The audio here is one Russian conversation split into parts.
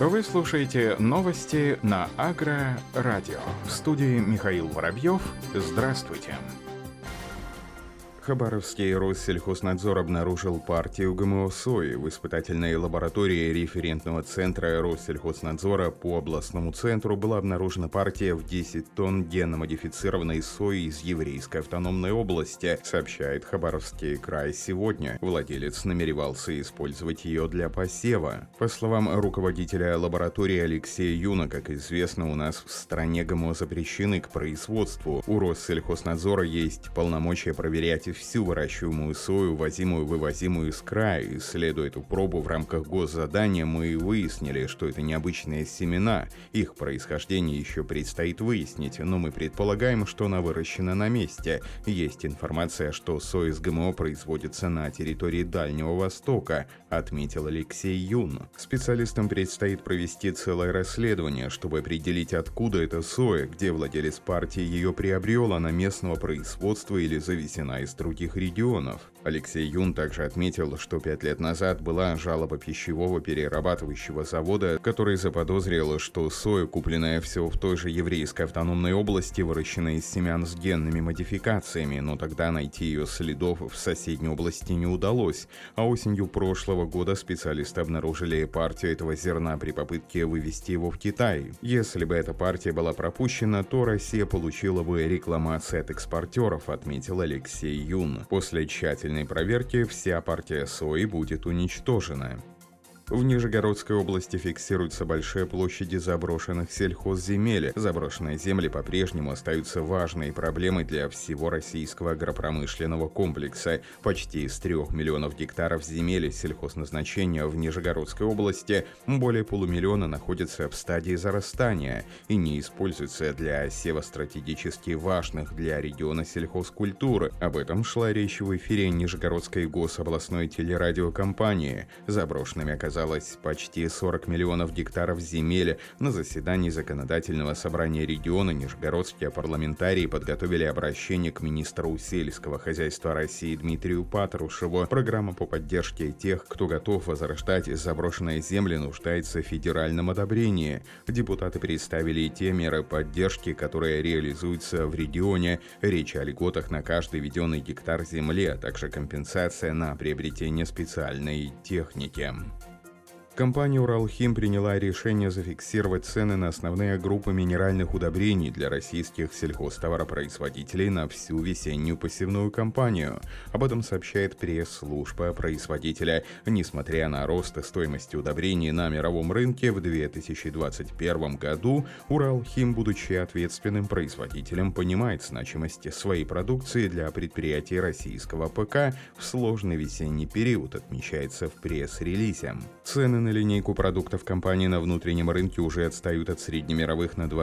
Вы слушаете новости на Агро-радио. В студии Михаил Воробьев. Здравствуйте. Хабаровский Россельхознадзор обнаружил партию ГМО сои в испытательной лаборатории референтного центра Россельхознадзора по областному центру была обнаружена партия в 10 тонн генно-модифицированной сои из Еврейской автономной области, сообщает Хабаровский край сегодня. Владелец намеревался использовать ее для посева. По словам руководителя лаборатории Алексея Юна, как известно, у нас в стране ГМО запрещены к производству. У Россельхознадзора есть полномочия проверять всю выращиваемую сою, возимую, вывозимую из края. Исследуя эту пробу в рамках госзадания, мы выяснили, что это необычные семена. Их происхождение еще предстоит выяснить, но мы предполагаем, что она выращена на месте. Есть информация, что соя с ГМО производится на территории Дальнего Востока, отметил Алексей Юн. Специалистам предстоит провести целое расследование, чтобы определить, откуда эта соя, где владелец партии ее приобрел, она местного производства или завезена из других регионов. Алексей Юн также отметил, что 5 лет назад была жалоба пищевого перерабатывающего завода, который заподозрил, что соя, купленная все в той же Еврейской автономной области, выращена из семян с генными модификациями, но тогда найти ее следов в соседней области не удалось. А осенью прошлого года специалисты обнаружили партию этого зерна при попытке вывести его в Китай. Если бы эта партия была пропущена, то Россия получила бы рекламации от экспортеров, отметил Алексей Юн. После тщательной проверки вся партия сои будет уничтожена. В Нижегородской области фиксируются большие площади заброшенных сельхозземель. Заброшенные земли по-прежнему остаются важной проблемой для всего российского агропромышленного комплекса. Почти из 3 миллионов гектаров земель сельхозназначения в Нижегородской области более полумиллиона находятся в стадии зарастания и не используются для осева стратегически важных для региона сельхозкультуры. Об этом шла речь в эфире Нижегородской гособластной телерадиокомпании. Заброшенными оказалось почти 40 миллионов гектаров земель. На заседании законодательного собрания региона нижегородские парламентарии подготовили обращение к министру сельского хозяйства России Дмитрию Патрушеву. Программа по поддержке тех, кто готов возрождать заброшенные земли, нуждается в федеральном одобрении. Депутаты представили и те меры поддержки, которые реализуются в регионе. Речь о льготах на каждый введенный гектар земли, а также компенсация на приобретение специальной техники. Компания «Уралхим» приняла решение зафиксировать цены на основные группы минеральных удобрений для российских сельхозтоваропроизводителей на всю весеннюю посевную кампанию. Об этом сообщает пресс-служба производителя. Несмотря на рост стоимости удобрений на мировом рынке в 2021 году, «Уралхим», будучи ответственным производителем, понимает значимость своей продукции для предприятий российского ПК в сложный весенний период, отмечается в пресс-релизе. Цены на линейку продуктов компании на внутреннем рынке уже отстают от среднемировых на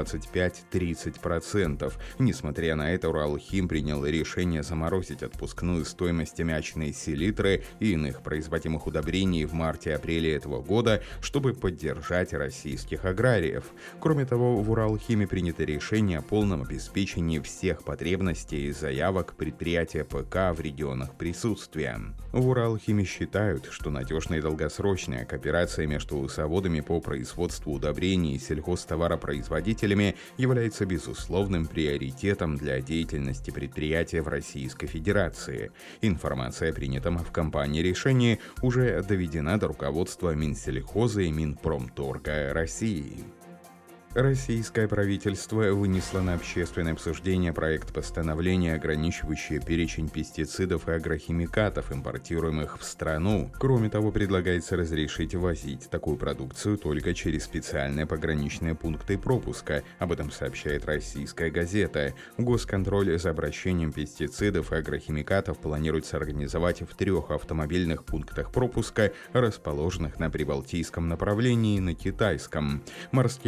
25-30%. Несмотря на это, «Уралхим» принял решение заморозить отпускную стоимость аммиачной селитры и иных производимых удобрений в марте-апреле этого года, чтобы поддержать российских аграриев. Кроме того, в «Уралхиме» принято решение о полном обеспечении всех потребностей и заявок предприятия ПК в регионах присутствия. В «Уралхиме» считают, что надежная и долгосрочная кооперация между заводами по производству удобрений и сельхозтоваропроизводителями является безусловным приоритетом для деятельности предприятия в Российской Федерации. Информация о принятом в компании решении уже доведена до руководства Минсельхоза и Минпромторга России. Российское правительство вынесло на общественное обсуждение проект постановления, ограничивающий перечень пестицидов и агрохимикатов, импортируемых в страну. Кроме того, предлагается разрешить ввозить такую продукцию только через специальные пограничные пункты пропуска. Об этом сообщает «Российская газета». Госконтроль за обращением пестицидов и агрохимикатов планируется организовать в 3 автомобильных пунктах пропуска, расположенных на прибалтийском направлении и на китайском. Морские пункты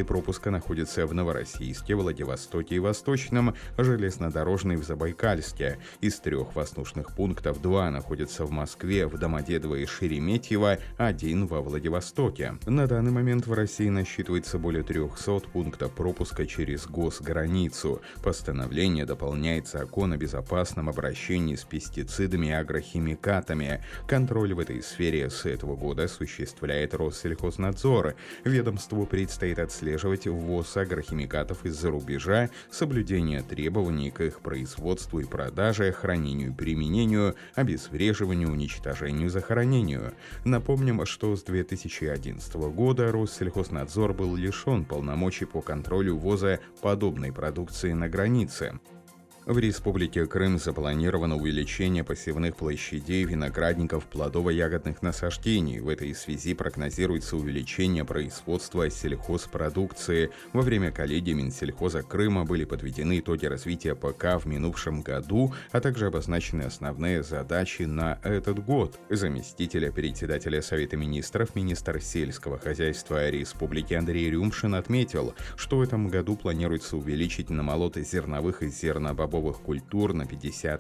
пропуска находятся в Новороссийске, Владивостоке и Восточном, железнодорожный в Забайкальске. Из 3 воздушных пунктов 2 находятся в Москве, в Домодедово и Шереметьево, 1 во Владивостоке. На данный момент в России насчитывается более 300 пунктов пропуска через госграницу. Постановление дополняет закон о безопасном обращении с пестицидами и агрохимикатами. Контроль в этой сфере с этого года осуществляет Россельхознадзор. Ведомству предстоит отслеживать ввоз агрохимикатов из-за рубежа, соблюдение требований к их производству и продаже, хранению и применению, обезвреживанию, уничтожению, захоронению. Напомним, что с 2011 года Россельхознадзор был лишен полномочий по контролю ввоза подобной продукции на границе. В Республике Крым запланировано увеличение посевных площадей виноградников плодово-ягодных насаждений. В этой связи прогнозируется увеличение производства сельхозпродукции. Во время коллегии Минсельхоза Крыма были подведены итоги развития ПК в минувшем году, а также обозначены основные задачи на этот год. Заместитель председателя Совета министров, министр сельского хозяйства Республики Андрей Рюмшин отметил, что в этом году планируется увеличить намолоты зерновых и зернобобовых культур на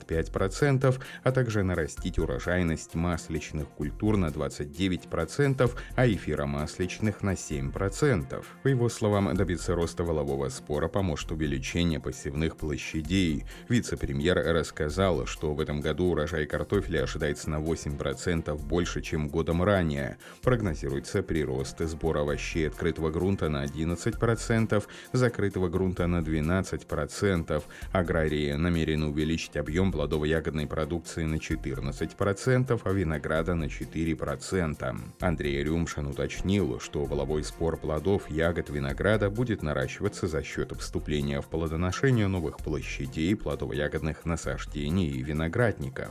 55%, а также нарастить урожайность масличных культур на 29%, а эфиромасличных на 7%. По его словам, добиться роста валового сбора поможет увеличение посевных площадей. Вице-премьер рассказал, что в этом году урожай картофеля ожидается на 8% больше, чем годом ранее. Прогнозируется прирост сбора овощей открытого грунта на 11%, закрытого грунта на 12%. Аграрии намерены увеличить объем плодово-ягодной продукции на 14%, а винограда на 4%. Андрей Рюмшин уточнил, что валовой сбор плодов, ягод, винограда будет наращиваться за счет вступления в плодоношение новых площадей плодово-ягодных насаждений и виноградников.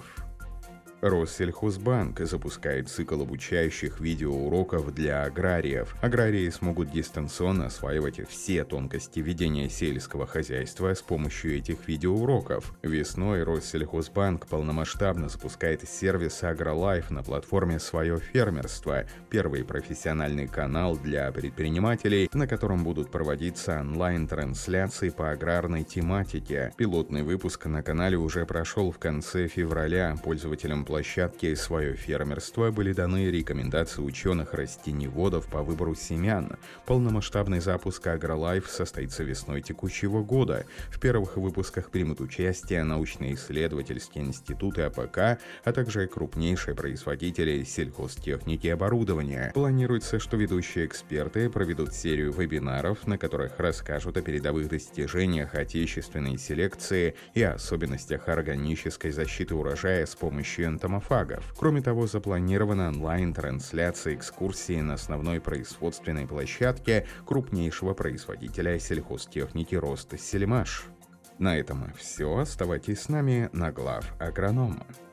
Россельхозбанк запускает цикл обучающих видеоуроков для аграриев. Аграрии смогут дистанционно осваивать все тонкости ведения сельского хозяйства с помощью этих видеоуроков. Весной Россельхозбанк полномасштабно запускает сервис AgroLife на платформе «Свое фермерство», первый профессиональный канал для предпринимателей, на котором будут проводиться онлайн-трансляции по аграрной тематике. Пилотный выпуск на канале уже прошел в конце февраля. Пользователям площадки «Свое фермерство» были даны рекомендации ученых-растениеводов по выбору семян. Полномасштабный запуск AgroLife состоится весной текущего года. В первых выпусках примут участие научно-исследовательские институты АПК, а также крупнейшие производители сельхозтехники и оборудования. Планируется, что ведущие эксперты проведут серию вебинаров, на которых расскажут о передовых достижениях отечественной селекции и особенностях органической защиты урожая с помощью энтомофагов. Кроме того, запланирована онлайн-трансляция экскурсии на основной производственной площадке крупнейшего производителя сельхозтехники «Ростсельмаш». На этом все. Оставайтесь с нами на Глав Агронома.